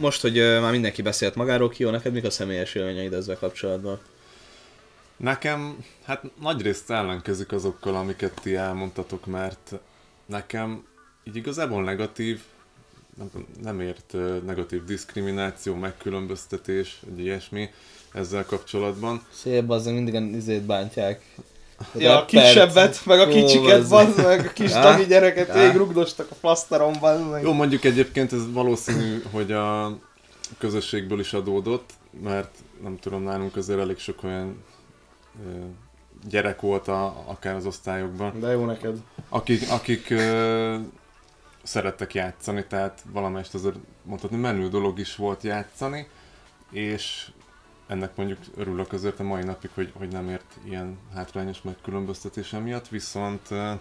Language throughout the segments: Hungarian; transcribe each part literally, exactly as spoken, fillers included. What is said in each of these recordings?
most, hogy uh, már mindenki beszélt magáról, Kio, neked mik a személyes élményeid ezzel kapcsolatban? Nekem, hát nagyrészt ellenkezik azokkal, amiket ti elmondtatok, mert nekem így igazából negatív, nem, nem ért uh, negatív diszkrimináció, megkülönböztetés, egy ilyesmi ezzel kapcsolatban. Szép, azzal mindig izét bántják. Ja, a kisebbet, meg a kicsiket, bazd meg, a kis dagi gyereket végig rugdostak a flaszteron, bazd meg. Jó, mondjuk egyébként ez valószínű, hogy a közösségből is adódott, mert nem tudom, nálunk azért elég sok olyan gyerek volt a, akár az osztályokban. De jó neked. Akik, akik ö, szerettek játszani, tehát valamelyest azért mondhatni menő dolog is volt játszani, és ennek mondjuk örülök azért a mai napig, hogy, hogy nem ért ilyen hátrányos megkülönböztetése miatt, viszont uh,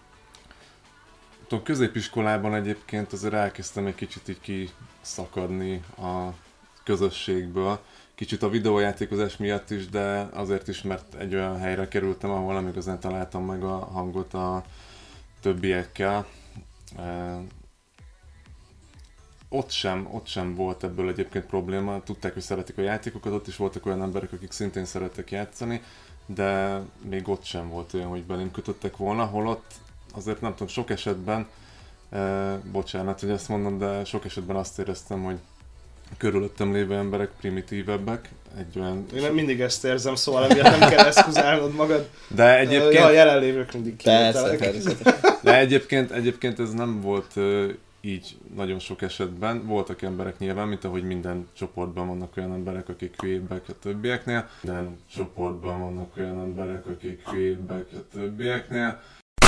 középiskolában egyébként azért elkezdtem egy kicsit így kiszakadni a közösségből, kicsit a videójátékozás miatt is, de azért is, mert egy olyan helyre kerültem, ahol nem igazán találtam meg a hangot a többiekkel. Uh, Ott sem, ott sem volt ebből egyébként probléma, tudták, hogy szeretik a játékokat, ott is voltak olyan emberek, akik szintén szerettek játszani, de még ott sem volt olyan, hogy belém kötöttek volna, holott azért nem tudom, sok esetben, eh, bocsánat, hogy ezt mondom, de sok esetben azt éreztem, hogy körülöttem lévő emberek primitívebbek, egy olyan... Én nem mindig ezt érzem, szóval emiatt nem kell eszkuzálnod magad. De egyébként... Ja, a jelenlévők mindig kivételek. Persze, de egyébként, egyébként ez nem volt... Uh, így nagyon sok esetben. Voltak emberek nyilván, mint ahogy minden csoportban vannak olyan emberek, akik hülyébbek a többieknél. Minden csoportban vannak olyan emberek, akik hülyébbek a többieknél.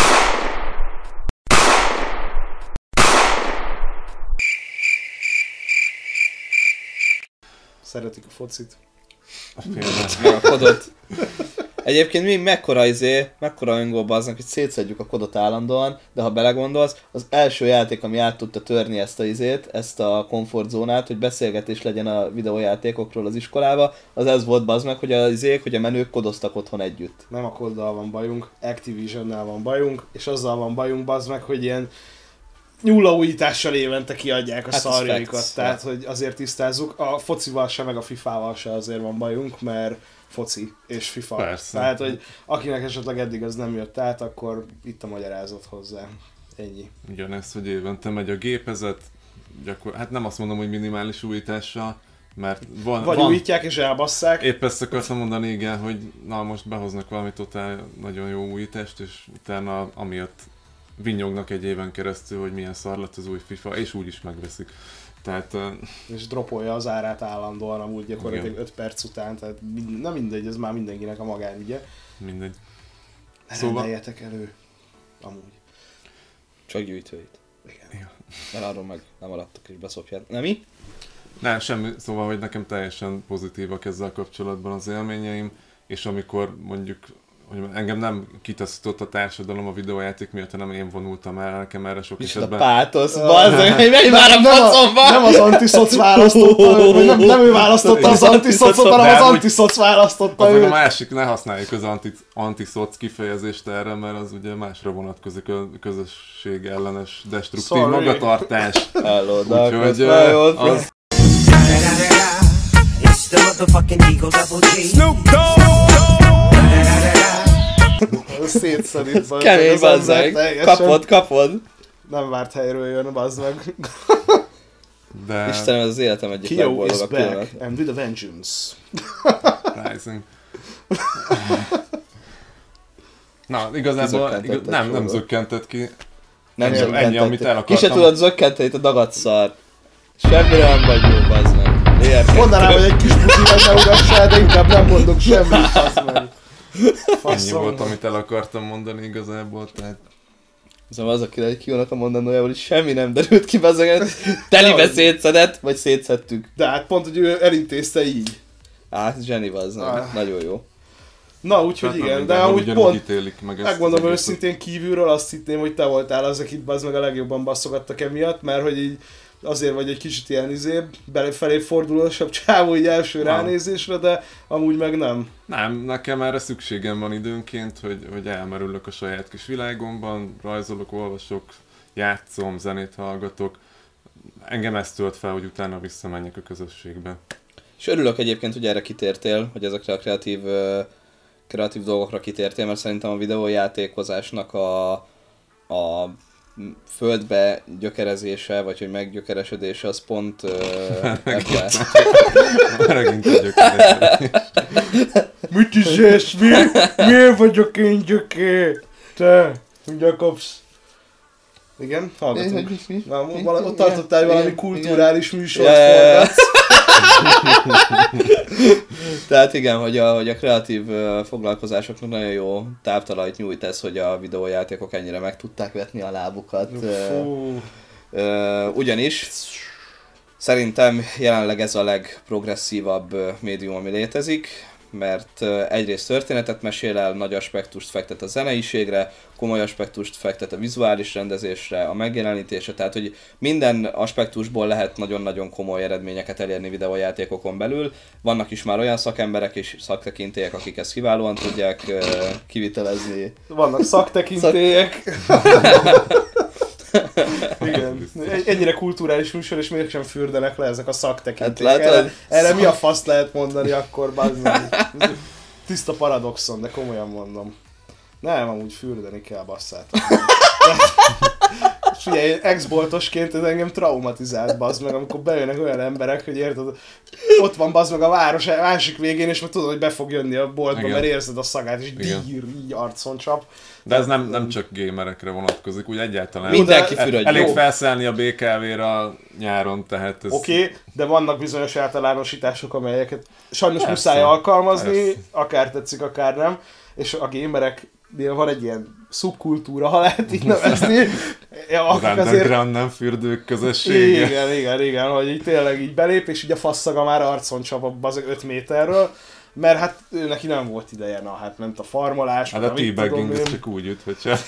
Szeretik a focit. A kodot. Egyébként mi mekkora izé, mekkora öngólba aznak, hogy szétszedjük a kodot állandóan, de ha belegondolsz, az első játék, ami át tudta törni ezt a izét, ezt a komfortzónát, hogy beszélgetés legyen a videójátékokról az iskolába, az ez volt, bazd meg, hogy az izék, hogy a menők kodoztak otthon együtt. Nem a koddal van bajunk, Activisionnel van bajunk, és azzal van bajunk, bazd meg, hogy ilyen nyúlaújítással évente kiadják a hát szarjaikat, tehát hogy azért tisztázzuk, a focival se, meg a fifával se azért van bajunk, mert foci és FIFA. Persze. Tehát, hogy akinek esetleg eddig az nem jött át, akkor itt a magyarázat hozzá. Ennyi. Ugyanez, hogy évente megy a gépezet, gyakor... hát nem azt mondom, hogy minimális újítással, mert van... Vagy van... újítják és elbasszák. Épp ezt akartam mondani, igen, hogy na most behoznak valami totál nagyon jó újítást, és utána amiatt vinnyognak egy éven keresztül, hogy milyen szar lett az új FIFA, és úgy is megveszik. Tehát, uh... és dropolja az árát állandóan, amúgy gyakorlatilag öt perc után, tehát mind, na mindegy, ez már mindenkinek a magánügye. Mindegy. Ne szóval... rendeljetek elő, amúgy. Csak gyűjtőit. Igen. Ja. Mert arról meg nem maradtak és beszopják. Nem mi? Nem, semmi, szóval, hogy nekem teljesen pozitívak ezzel kapcsolatban az élményeim, és amikor mondjuk hogy engem nem kitaszított a társadalom a videójáték miatt, hanem én vonultam el, nekem erre sok és esetben... És a pátosz, bazdmeg, hogy menj már a faszomba! Nem az antiszoc választotta, vagy nem, nem ő választotta az antiszocot, hanem az antiszoc választotta ő. őt. A másik, ne használjuk az anti, antiszoc kifejezést erre, mert az ugye másra vonatkozik, a közösség ellenes destruktív Sorry. magatartás. Hello, úgyhogy az... Snoop Dogg! Szétszedít. Kemény, bazd meg. Kapod, kapod. Nem várt helyről jön, bazd meg. De... Istenem, ez az életem egyik legboldogabb pillanat. And with a vengeance. Rising. Na, igazából igaz, nem, nem zökkentett ki. Nem ennyi, zökkentett ennyi, amit el akartam. Ki se tudod zökkenteni, te dagadszar. Semmire nem vagy jó, bazd meg. Mondanám, hogy egy kis puszilát ne ugassál, de inkább nem mondok semmit, bazd meg. Ennyi volt, amit el akartam mondani igazából, tehát... Szóval az, akinek Kionak a mondanójával, hogy semmi nem derült ki bezeget, telibe szétszedett, vagy szétszedtük. De hát pont, hogy ő elintézte így. Á, zseni bazdmeg, Ah. nagyon jó. Na, úgyhogy hát igen, de amúgy pont, meg megmondom őszintén kívülről, azt hittém, hogy te voltál az, akit bazd meg a legjobban basszogattak emiatt, mert hogy így azért vagy egy kicsit ilyen izébb, belefelé fordulósabb csávó így első Na. ránézésre, de amúgy meg nem. Nem, nekem erre szükségem van időnként, hogy, hogy elmerülök a saját kis világomban, rajzolok, olvasok, játszom, zenét hallgatok. engem ezt tölt fel, hogy utána visszamenjek a közösségbe. És örülök egyébként, hogy erre kitértél, hogy ezekre a kreatív, kreatív dolgokra kitértél, mert szerintem a videójátékozásnak a, a földbe gyökerezése, vagy hogy meggyökeresedése, az pont ebben. Megint a gyökeresedés. Mit is ez? Mi? Miért vagyok én gyökér? Te, ugye kapsz? Igen, hallgatunk. Mi, mi, Na, mi, vala, mi, ott tartottál igen, valami igen, kulturális igen. műsort Ja, ja, ja. forgatsz. Tehát igen, hogy a, hogy a kreatív uh, foglalkozásoknak nagyon jó táptalajt nyújt ez, hogy a videójátékok ennyire meg tudták vetni a lábukat. Uh, uh, ugyanis szerintem jelenleg ez a legprogresszívabb uh, médium, ami létezik, mert uh, egyrészt történetet mesél el, nagy aspektust fektet a zeneiségre, komoly aspektust fektet a vizuális rendezésre, a megjelenítésre, tehát hogy minden aspektusból lehet nagyon-nagyon komoly eredményeket elérni videójátékokon belül. Vannak is már olyan szakemberek és szaktekintélyek, akik ezt kiválóan tudják uh, kivitelezni. Vannak szaktekintélyek. Igen. Ennyire kulturális műsor, és mégsem fürdenek le ezek a szaktekintélyek. Hát erre, erre mi a faszt lehet mondani akkor, bazd. Tiszta paradoxon, de komolyan mondom. Nem, amúgy fürdeni kell, basszátok. És ugye ex-boltosként ez engem traumatizált, bazd meg, amikor bejönnek olyan emberek, hogy érted, ott van bazd meg a város másik végén, és meg tudod, hogy be fog jönni a boltba, igen, mert érzed a szagát, és dír, így arcon csap. De ez nem, nem csak gamerekre vonatkozik, úgy egyáltalán. Mindenki fürödj. Elég jó felszállni a bé ká vé-ra nyáron, tehát ez... Oké, okay, de vannak bizonyos általánosítások, amelyeket sajnos persze muszáj alkalmazni, persze, akár tetszik, akár nem, és a gamerek van egy ilyen szubkultúra, ha lehet így nevezni. Ja, az underground nem fürdők közössége. Igen, igen, igen, hogy így tényleg így belép, és így a fasszaga már arcon csap az öt méterről, mert hát ő neki nem volt ideje, na hát ment a farmolás. Hát a teabagging ez csak úgy üt, hogyha...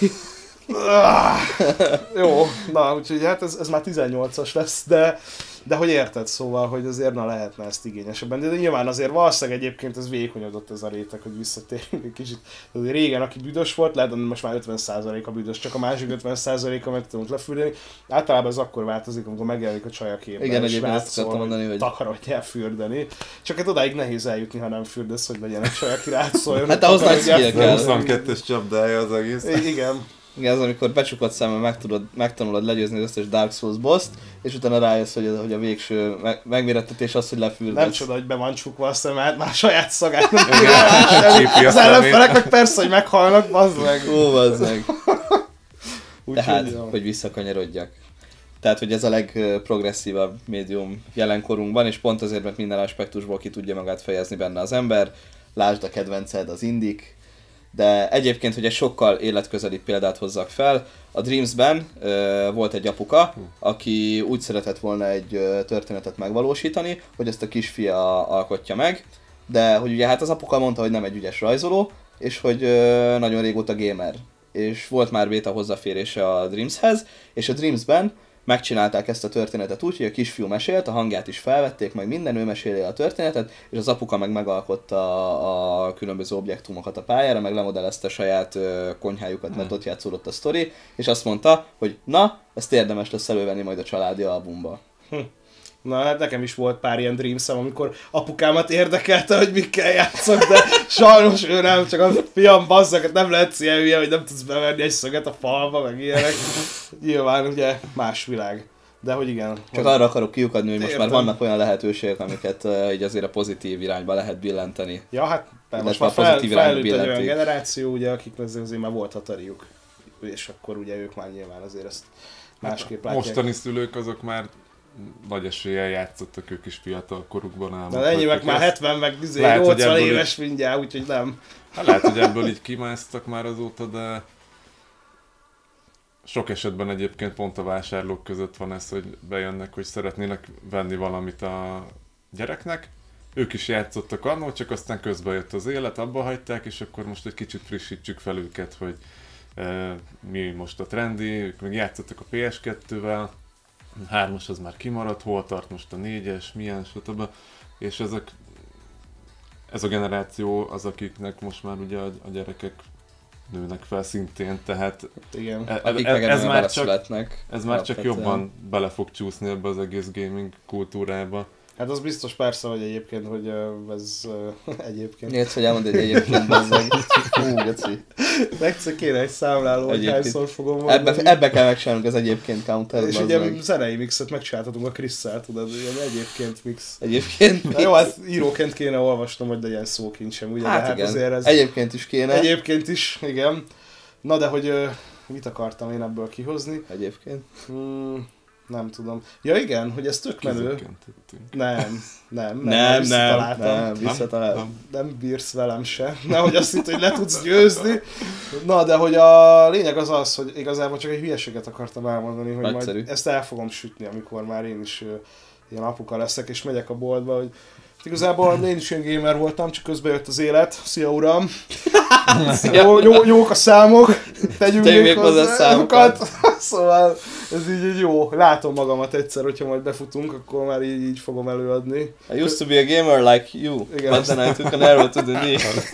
Jó, na úgyhogy hát ez, ez már tizennyolcas lesz, de, de hogy érted, szóval, hogy azért na lehetne ezt igényesebben, de, de nyilván azért valószínűleg egyébként ez vékonyodott ez a réteg, hogy visszatérjünk egy kicsit. De régen, aki büdös volt, lehet, hogy most már ötven százalék a büdös, csak a másik ötven százaléka meg tudunk lefürdeni. Általában ez akkor változik, amikor megjelenik a csaj a képben. Igen, egyébként ezt akartam mondani, hogy takarodjál fürdeni. Csak hát odáig nehéz eljutni, ha nem fürdesz, hogy legyen egy csaj, aki rád szóljon. Hát ahhoz nagy skill kell. huszonkettes csapdája az egész. Igen. Igen, az, amikor becsukott szemmel meg tudod, megtanulod legyőzni az összes Dark Souls boss-t, és utána rájössz, hogy, hogy a végső meg, megmérettetés az, hogy lefürdesz. Nem csoda, hogy be van csukva a szemed, már saját szagát nem tudja. Az ellenfelek meg persze, hogy meghalnak, bazd meg. Ó, bazd meg. Tehát, hogy, hogy visszakanyarodjak. Tehát, hogy ez a legprogresszívabb médium jelenkorunkban, és pont azért, mert minden aspektusból ki tudja magát fejezni benne az ember. Lásd a kedvenced, az Indik. De egyébként, hogy egy sokkal életközeli példát hozzak fel, a Dreamsben uh, volt egy apuka, aki úgy szeretett volna egy uh, történetet megvalósítani, hogy ezt a kisfia alkotja meg, de hogy ugye hát az apuka mondta, hogy nem egy ügyes rajzoló, és hogy uh, nagyon régóta gamer. És volt már beta hozzáférése a Dreamshez, és a Dreamsben megcsinálták ezt a történetet úgy, hogy a kisfiú mesélt, a hangját is felvették, meg minden ő meséli a történetet, és az apuka meg megalkotta a, a különböző objektumokat a pályára, meg lemodellezte saját ö, konyhájukat, mert ott játszódott a sztori, és azt mondta, hogy na, ezt érdemes lesz elővenni majd a családi albumba. Hm. Na, hát nekem is volt pár ilyen dreamszem, amikor apukámat érdekelte, hogy mikkel játszok, de sajnos ő nem, csak a fiam bazzak, nem lehetsz ilyen hülye, hogy nem tudsz bevenni egy szöget a falba, meg ilyenek. Nyilván ugye más világ. De hogy igen. Csak hogy... arra akarok kiukadni, hogy most értem. Már vannak olyan lehetőségek, amiket uh, így azért a pozitív irányba lehet billenteni. Ja, hát most már fel, felült egy olyan generáció, ugye, akik azért már volt Atariuk, és akkor ugye ők már nyilván azért ezt másképp látják. Mostani szülők azok már nagy eséllyel játszottak ők is fiatal korukban ám. De ennyi meg már hetven, meg nyolcvan éves így... mindjárt, úgyhogy nem. Hát lehet, hogy ebből így kimásztak már azóta, de sok esetben egyébként pont a vásárlók között van ez, hogy bejönnek, hogy szeretnének venni valamit a gyereknek. Ők is játszottak annól, csak aztán közben jött az élet, abba hagyták, és akkor most egy kicsit frissítsük fel őket, hogy e, mi most a trendi, ők meg játszottak a pé es kettővel, hármas az már kimaradt, hol tart most a négyes, milyen, stb. És ezek, ez a generáció az, akiknek most már ugye a, a gyerekek nőnek fel szintén, tehát igen. E, Akik e, meg ez, már csak, születnek. ez már csak jobban bele fog csúszni ebbe az egész gaming kultúrába. Hát az biztos persze, hogy egyébként, hogy uh, ez uh, egyébként. Nyilván, hogy elmondod, hogy egyébként bazzeg. Hú, geci. Egyszer kéne egy számláló, hogy hányszor fogom mondani. Ebbe, ebbe kell megcsinálnunk az egyébként counter. És ugye meg. Zenei mixet megcsináltatunk a Chris-szel, tudod, ilyen egyébként mix. Egyébként mix. Jó, hát íróként kéne olvasnom, hogy legyen szókincsem, ugye? Hát, de hát igen. azért ez... Egyébként is kéne. Egyébként is, igen. Na de hogy uh, mit akartam én ebből kihozni? Egyébként. Hmm, nem tudom. Ja igen, hogy ez tök menő. Nem, nem, nem, nem, nem, nem, visszataláltam. Nem, nem bírsz velem se. Nehogy azt hitt, hogy le tudsz győzni. Na, de hogy a lényeg az az, hogy igazából csak egy hülyeséget akartam elmondani, hogy Nagyszerű. majd ezt el fogom sütni, amikor már én is uh, ilyen apuka leszek, és megyek a boltba, hogy igazából én is ilyen gamer voltam, csak közben jött az élet. Szia uram! jó, jó, jók a számok, tegyünk Tegyünk még hozzá hozzá számokat. Szóval ez így, így jó. Látom magamat egyszer, hogyha majd befutunk, akkor már így, így fogom előadni. I used to be a gamer like you, igen, but then I took an arrow to the knee.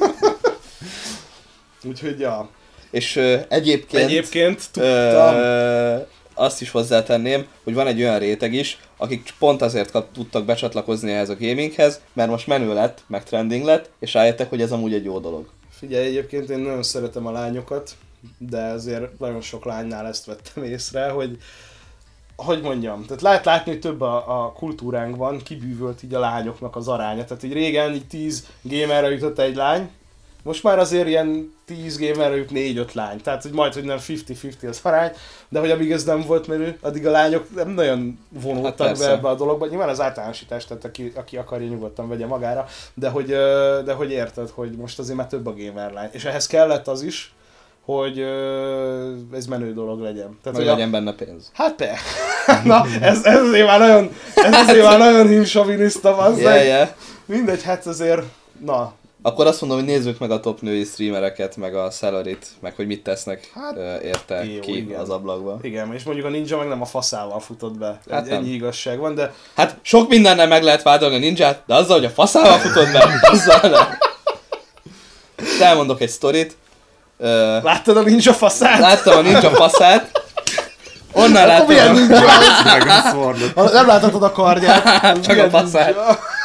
Úgyhogy ja. És uh, egyébként... Egyébként tudtam. Uh, azt is hozzátenném, hogy van egy olyan réteg is, akik pont azért kap, tudtak becsatlakozni ehhez a gaminghez, mert most menő lett, meg trending lett, és rájöttek, hogy ez amúgy egy jó dolog. Figyelj, egyébként én nagyon szeretem a lányokat, de azért nagyon sok lánynál ezt vettem észre, hogy hogy mondjam, tehát lehet látni, hogy több a, a kultúránkban kibűvölt így a lányoknak az aránya. Tehát így régen így tíz gamerre jutott egy lány, most már azért ilyen tíz gamerre jut négy-öt lány, tehát hogy majd, hogy nem fifty-fifty az arány, de hogy amíg ez nem volt menő, addig a lányok nem nagyon vonultak hát be ebbe a dologba. Nyilván az általánosítás, tehát aki, aki akarja nyugodtan vegye magára, de hogy, de hogy érted, hogy most azért már több a gamer lány. És ehhez kellett az is, hogy ez menő dolog legyen. Tehát, hogy legyen a... benne pénz. Hát te. Na, ez, ez azért már nagyon, ez azért már nagyon himsoviniszta van. Yeah, yeah. Mindegy, hát azért, na. Akkor azt mondom, hogy nézzük meg a top női streamereket, meg a Salaryt, meg hogy mit tesznek hát, érte jó, ki igen. az ablakba. Igen, és mondjuk a Ninja meg nem a faszával futott be. Hát ennyi igazság van, de... Hát sok mindennel meg lehet vádolni a Ninját, de azzal, hogy a faszával futott be, azzal nem. De elmondok egy sztorit. Uh, Láttad a Ninja faszát? Láttam a Ninja faszát. Onnan láttam. Milyen Ninja? Nem láthatod a kardját. Csak a faszát.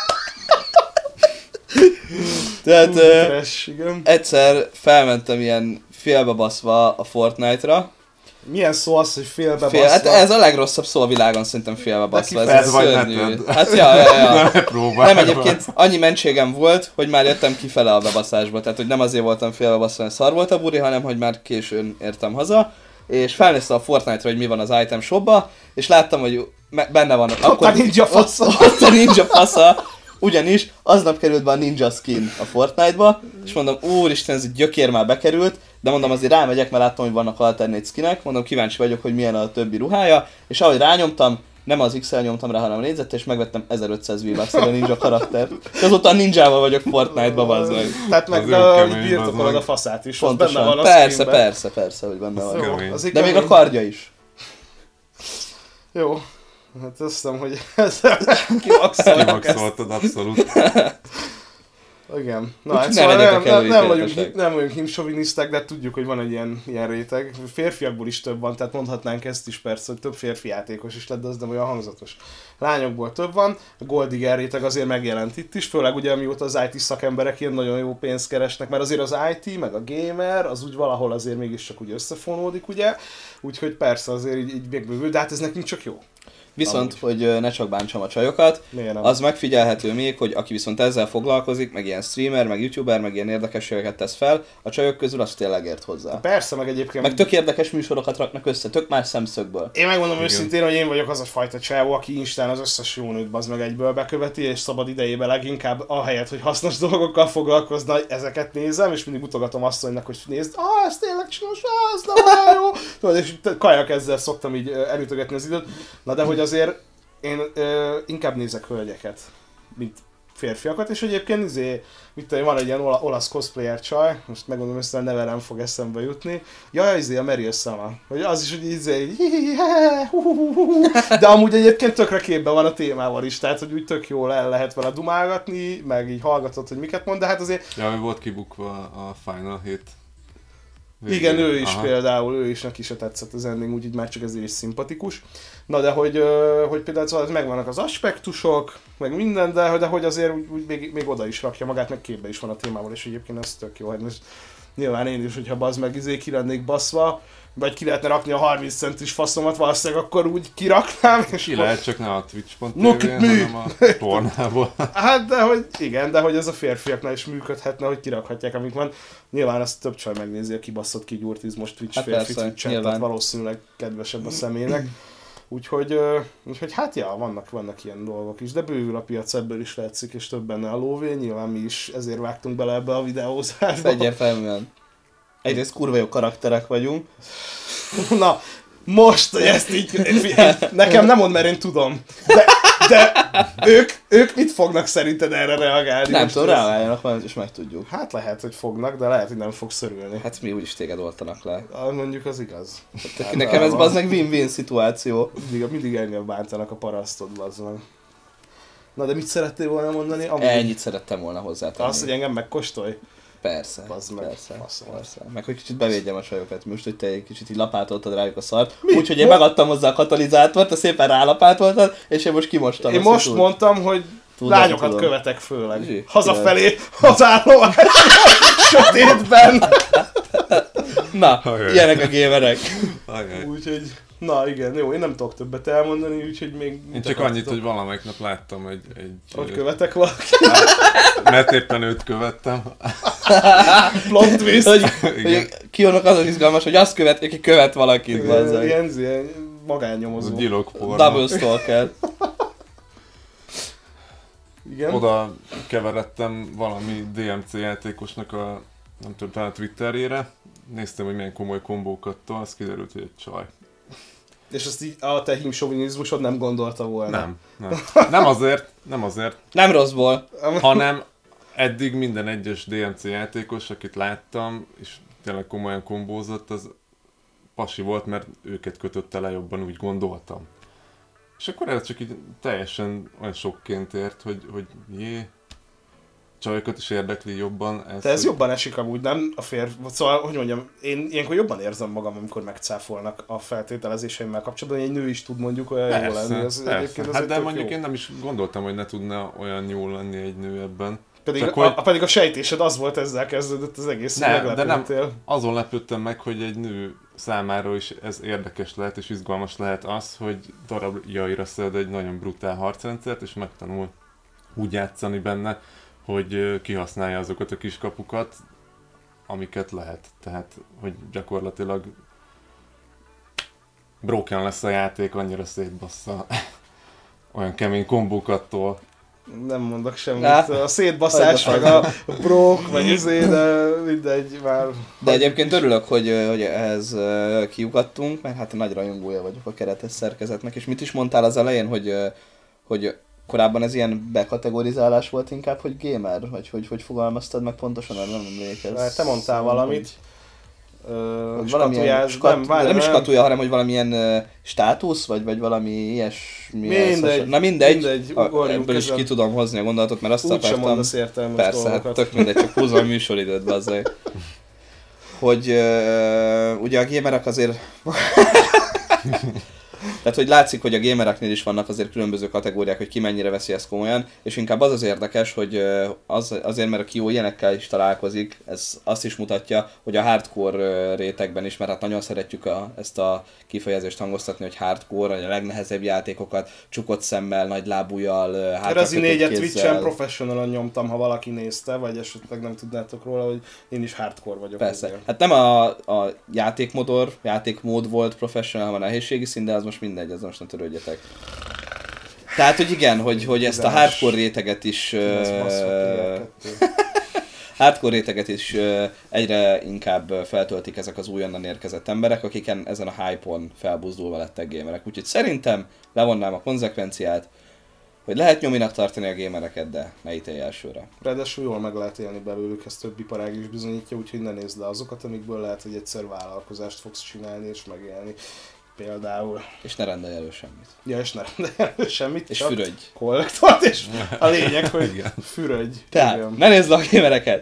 Tehát uh, egyszer felmentem ilyen félbebaszva a Fortnite-ra. Milyen szó az, hogy félbebaszva? Fél, hát ez a legrosszabb szó a világon szerintem félbebaszva. Ez, ez szörnyű. Hát ja, ja, ja. Nem, egyébként annyi mentségem volt, hogy már jöttem kifele a bebaszásba. Tehát, hogy nem azért voltam félbebaszva, hogy szar volt a buri, hanem, hogy már későn értem haza. És felnéztem a Fortnite-ra, hogy mi van az item shopba, és láttam, hogy benne van. Akkor ott a ninja fasza. Ott, ott a ninja fasza. Ugyanis aznap került be a ninja skin a Fortnite-ba, és mondom, úristen, ez egy gyökér már bekerült, de mondom, azért rámegyek, mert láttam, hogy vannak alternate skinek, mondom, kíváncsi vagyok, hogy milyen a többi ruhája, és ahogy rányomtam, nem az X-el nyomtam rá, hanem a négyzetre, és megvettem ezerötszáz V-Bucks-ra a ninja karaktert. És azóta a ninjával vagyok Fortnite-ba, bazd meg. Tehát meg birtokolod a faszát is, pontosan. Benne van a persze, skinben. persze, persze, hogy benne van. Jó, de még a kardja is. Jó. Hát azt hiszem, hogy ezzel kimaxoltad abszolút. Igen. Na, hát szóval nem, nem, nem, vagyunk, nem vagyunk himsoviniszták, de tudjuk, hogy van egy ilyen, ilyen réteg. Férfiakból is több van, tehát mondhatnánk ezt is persze, hogy több férfi játékos is lett, de az nem olyan hangzatos. Lányokból több van, a Goldigger réteg azért megjelent itt is, főleg ugye amióta az i té szakemberek ilyen nagyon jó pénzt keresnek, mert azért az i té meg a gamer, az úgy valahol azért mégiscsak úgy összefonódik, ugye? Úgyhogy persze azért így, így megbővül, de hát ez nekünk csak jó. Viszont, amúgy. Hogy ne csak bántsam a csajokat, az megfigyelhető még, hogy aki viszont ezzel foglalkozik, meg ilyen streamer, meg youtuber, meg ilyen érdekességeket tesz fel, a csajok közül az tényleg ért hozzá. Persze, meg egyébként... Meg tök érdekes műsorokat raknak össze, tök más szemszögből. Én megmondom igen. Őszintén, hogy én vagyok az a fajta csávó, aki Instán az összes jó nőt bazd meg egyből beköveti, és szabad idejében leginkább ahelyett, hogy hasznos dolgokkal foglalkozna, ezeket nézem, és mindig mutogatom asszonynak, hogy nézd, ah, ez tényleg csinos, ah, ez nem olyan jó. Tudod, és kajak ezzel szoktam így elütögetni az időt. Na de hogy azért én ö, inkább nézek hölgyeket, mint férfiakat, és egyébként izé, mit tudom, van egy ilyen ola, olasz cosplayer csaj, most megmondom össze, a neve nem fog eszembe jutni. Jaj, izé, a Meryl Sama. Hogy az is, hogy izé, de amúgy egyébként tökre képben van a témával is, tehát hogy úgy tök jól el lehet vele dumálgatni, meg így hallgatod, hogy miket mond, de hát azért... Ja, volt kibukva a Final Hit. Végül. Igen, ő is Aha. például, ő is neki se tetszett az ending, úgyhogy már csak ezért is szimpatikus. Na de hogy, hogy például szóval megvannak az aspektusok, meg minden, de, de hogy azért úgy, úgy még, még oda is rakja magát, meg képbe is van a témával, és egyébként ez tök jó. Hát most nyilván én is, hogyha bazd meg izé ki lennék baszva, vagy ki lehetne rakni a harminc centis faszomat, valószínűleg akkor úgy kiraknám. És ki lehet, csak ne a twitch pont té vén, hanem a tornából. Hát de hogy igen, de hogy ez a férfiaknál is működhetne, hogy kirakhatják, amik van. Nyilván ezt több csaj megnézi, a kibaszott kigyúrtizmos Twitch hát férfi Twitch-et, tehát valószínűleg kedvesebb a személynek. Úgyhogy, úgyhogy hát ja, vannak, vannak ilyen dolgok is, de bővül a piac, ebből is látszik, és több benne a lóvé, nyilván mi is ezért vágtunk bele ebbe a videózásba. Egyértelműen. Egyrészt kurva jó karakterek vagyunk. Na, most, hogy ezt így, nekem nem mond, mert én tudom. De, de ők, ők mit fognak szerinted erre reagálni? Nem tudom, reagáljanak majd, és megtudjuk. Hát lehet, hogy fognak, de lehet, hogy nem fog szörülni. Hát mi úgyis téged oltanak le. Mondjuk az igaz. Hát, nekem ez bazdmeg win-win szituáció. Mindig, mindig engem bántanak a parasztod, bazdmeg. Na de mit szerettél volna mondani? Amúgy... Ennyit szerettem volna hozzátenni. Azt, hogy engem megkóstolj? Persze, meg, persze, persze. Meg hogy kicsit bevédjem a sajokat. Most, hogy te egy kicsit így lapátoltad rájuk a szart. Úgyhogy én megadtam hozzá a katalizátort, te szépen rálapátoltad, és én most kimostam. Én most mondtam, hogy tudom, lányokat tudom. Követek főleg. Zsí, hazafelé az állomás sötétben. Na, Ajaj. Ilyenek a gamerek. Úgyhogy, na igen, jó, én nem tudok többet elmondani, úgyhogy még... Én csak annyit, hogy valamelyik nap láttam egy... egy hogy követek valaki? Mert éppen őt követtem. Plot twist. Hogy, hogy Kionnak az az izgalmas, hogy azt követ, aki követ valakit. Igen, ilyen, ilyen magánnyomozó. Gyilokporno. Double stalker. Igen. Oda keveredtem valami dé em cé játékosnak a, nem tudom, talán a Twitterjére. Néztem, hogy milyen komoly kombókat tol, az kiderült, hogy egy csaj. És azt így a te hímsovinizmusod nem gondolta volna? Nem, nem. Nem azért, nem azért. Nem rosszból. Hanem eddig minden egyes dé em cé játékos, akit láttam, és tényleg komolyan kombózott, az pasi volt, mert őket kötötte le jobban, úgy gondoltam. És akkor ez csak így teljesen olyan sokként ért, hogy, hogy jé, csajokat is érdekli jobban. Ez, Te ez hogy... jobban esik amúgy, nem a férfi, szóval, hogy mondjam, én ilyenkor jobban érzem magam, amikor megcáfolnak a feltételezéseimmel kapcsolatban, hogy egy nő is tud mondjuk olyan persze, jól lenni. Az persze. Hát de mondjuk jó. Én nem is gondoltam, hogy ne tudna olyan jól lenni egy nő ebben. Pedig, Csak, a, hogy... a, pedig a sejtésed az volt, ezzel kezdődött az egész, ne, meglepődtél. De nem, azon lepődtem meg, hogy egy nő számára is ez érdekes lehet és izgalmas lehet az, hogy darabjaira szed egy nagyon brutál harcrendszert, és megtanul úgy játszani benne, hogy kihasználja azokat a kiskapukat, amiket lehet. Tehát, hogy gyakorlatilag broken lesz a játék, annyira szétbassza olyan kemény kombókattól. Nem mondok semmit. Á, a szétbaszás, meg a brók, meg izé, de mindegy már. De egyébként örülök, hogy, hogy ehhez kiukadtunk, mert hát nagy rajongója vagyok a keretes szerkezetnek, és mit is mondtál az elején, hogy, hogy korábban ez ilyen bekategorizálás volt inkább, hogy gamer? Vagy hogy, hogy fogalmaztad meg pontosan, nem emlékezz. Te mondtál valamit. Ö, valamilyen skat, nem, várj, nem is skatúja, hanem hogy valamilyen uh, státusz, vagy, vagy valami ilyesmi. Mindegy. Na mindegy, mindegy a, ebből is ki tudom hozni a gondolatot, mert azt úgy akartam... Úgy sem mondasz értelmes persze, dolgokat. Hát tök mindegy, csak húzom a műsoridőt, bazzai. Hogy uh, ugye a gamerek azért... Tehát, hogy látszik, hogy a gamereknél is vannak azért különböző kategóriák, hogy ki mennyire veszi ezt komolyan, és inkább az az érdekes, hogy az, azért, mert a Kio ilyenekkel is találkozik, ez azt is mutatja, hogy a hardcore rétegben is, mert hát nagyon szeretjük a, ezt a kifejezést hangoztatni, hogy hardcore, a legnehezebb játékokat, csukott szemmel, nagy lábújjal, hátrakötött négyet Twitch-en professional-on nyomtam, ha valaki nézte, vagy esetleg nem tudnátok róla, hogy én is hardcore vagyok. Persze. Ugye. Hát nem a, a játékmodor, játékmód volt professional, hanem a nehézségi szint, de az most mindegy, ez most ne törődjetek. Tehát, hogy igen, hogy, hogy ezt a hardcore réteget is... Uh, hardcore réteget is uh, egyre inkább feltöltik ezek az újonnan érkezett emberek, akiken ezen a hype-on felbuzdulva lettek gamerek. Úgyhogy szerintem levonnám a konzekvenciát, hogy lehet nyominak tartani a gamereket, de ne ítélj elsőre. Ráadásul jól meg lehet élni belőlük, ezt több iparág is bizonyítja, úgyhogy ne nézd le azokat, amikből lehet, hogy egyszer vállalkozást fogsz csinálni és megélni. Például. És ne rendelj elő semmit. Ja, és ne rendelj elő semmit. És fürödj. Kollektort, és a lényeg, hogy fürödj. Tehát, igen. Ne nézd le a gamereket!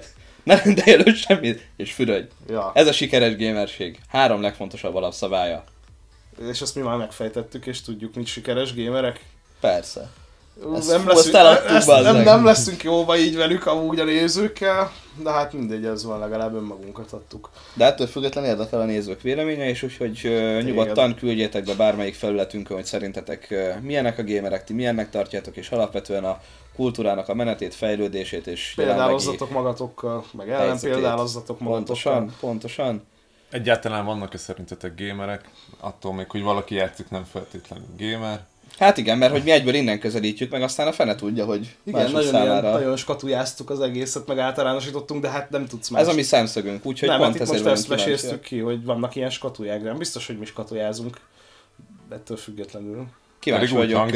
Ne rendelj elő semmit, és fürödj. Ja. Ez a sikeres gamerség. Három legfontosabb alapszabálya. És azt mi már megfejtettük, és tudjuk, mit sikeres gamerek. Persze. Ezt, nem, fú, leszünk, ezt ezt nem, nem leszünk jóba így velük amúgy a nézőkkel, de hát mindegy, ez van, legalább önmagunkat adtuk. De ettől függetlenül érdekel a nézők véleménye, és úgyhogy uh, nyugodtan küldjétek be bármelyik felületünkön, hogy szerintetek uh, milyenek a gamerek, ti milyennek tartjátok, és alapvetően a kultúrának a menetét, fejlődését és példálozzatok magatokkal, meg ellen példálozzatok magatokkal. Pontosan, pontosan. Egyáltalán vannak-e szerintetek gamerek? Attól még, hogy valaki játszik, nem feltétlenül gamer. Hát igen, mert hogy mi egyből innen közelítjük, meg aztán a fene tudja, hogy igen, nagyon, ilyen, nagyon skatujáztuk az egészet, meg általánosítottunk, de hát nem tudsz más. Ez a mi szemszögünk, úgyhogy nem, pont hát ezért most ezt meséztük ki, hogy vannak ilyen skatuják, nem biztos, hogy mi skatujázunk, ettől függetlenül. Kíváncsi vagyok,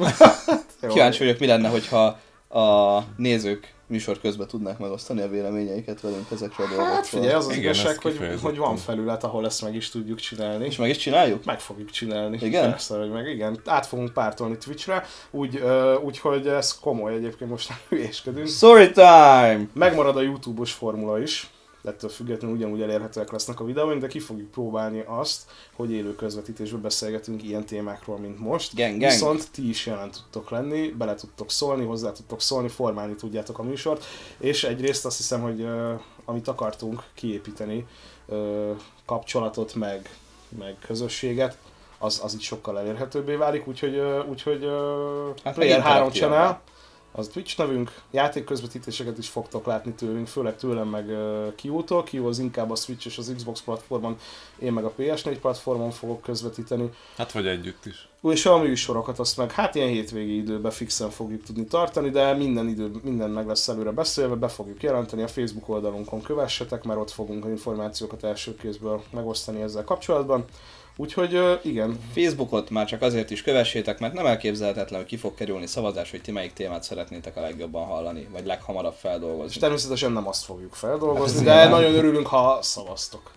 kíváncsi vagyok, mi lenne, hogyha a nézők műsor közben tudnák megosztani a véleményeiket velünk ezekről a dolgokról. Hát figyelj, az az igen, igazság, hogy, hogy van felület, ahol ezt meg is tudjuk csinálni. És meg is csináljuk? Meg fogjuk csinálni. Igen? Persze, hogy meg igen. Át fogunk pártolni Twitchre, úgy, uh, úgyhogy ez komoly egyébként, most nem hülyéskedünk. Story time! Megmarad a YouTube-os formula is, ettől függetlenül ugyanúgy elérhetőek lesznek a videóink, de ki fogjuk próbálni azt, hogy élő közvetítésben beszélgetünk ilyen témákról, mint most. Gang, gang. Viszont ti is jelen tudtok lenni, bele tudtok szólni, hozzá tudtok szólni, formálni tudjátok a műsort, és egyrészt azt hiszem, hogy uh, amit akartunk kiépíteni, uh, kapcsolatot, meg, meg közösséget, az, az így sokkal elérhetőbbé válik, úgyhogy, uh, úgyhogy uh, hát Player három Channel, az Twitch nevünk, játékközvetítéseket is fogtok látni tőlünk, főleg tőlem meg uh, Kiútól. Kiú az inkább a Switch és az Xbox platformon, én meg a pé es négy platformon fogok közvetíteni. Hát vagy együtt is. És a műsorokat azt meg hát ilyen hétvégi időben fixen fogjuk tudni tartani, de minden idő, minden meg lesz előre beszélve, be fogjuk jelenteni, a Facebook oldalunkon kövessetek, mert ott fogunk információkat első kézből megosztani ezzel kapcsolatban. Úgyhogy igen. Facebookot már csak azért is kövessétek, mert nem elképzelhetetlen, hogy ki fog kerülni szavazás, hogy ti melyik témát szeretnétek a legjobban hallani, vagy leghamarabb feldolgozni. És természetesen nem azt fogjuk feldolgozni, hát de nem. Nagyon örülünk, ha szavaztok.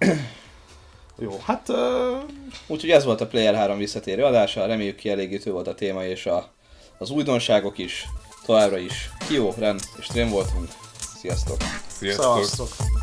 Jó, hát... Uh... Úgyhogy ez volt a Player három visszatérő adása, reméljük kielégítő volt a téma és a, az újdonságok is, továbbra is Kió, Ren és Trém voltunk. Sziasztok! Sziasztok! Szevasztok.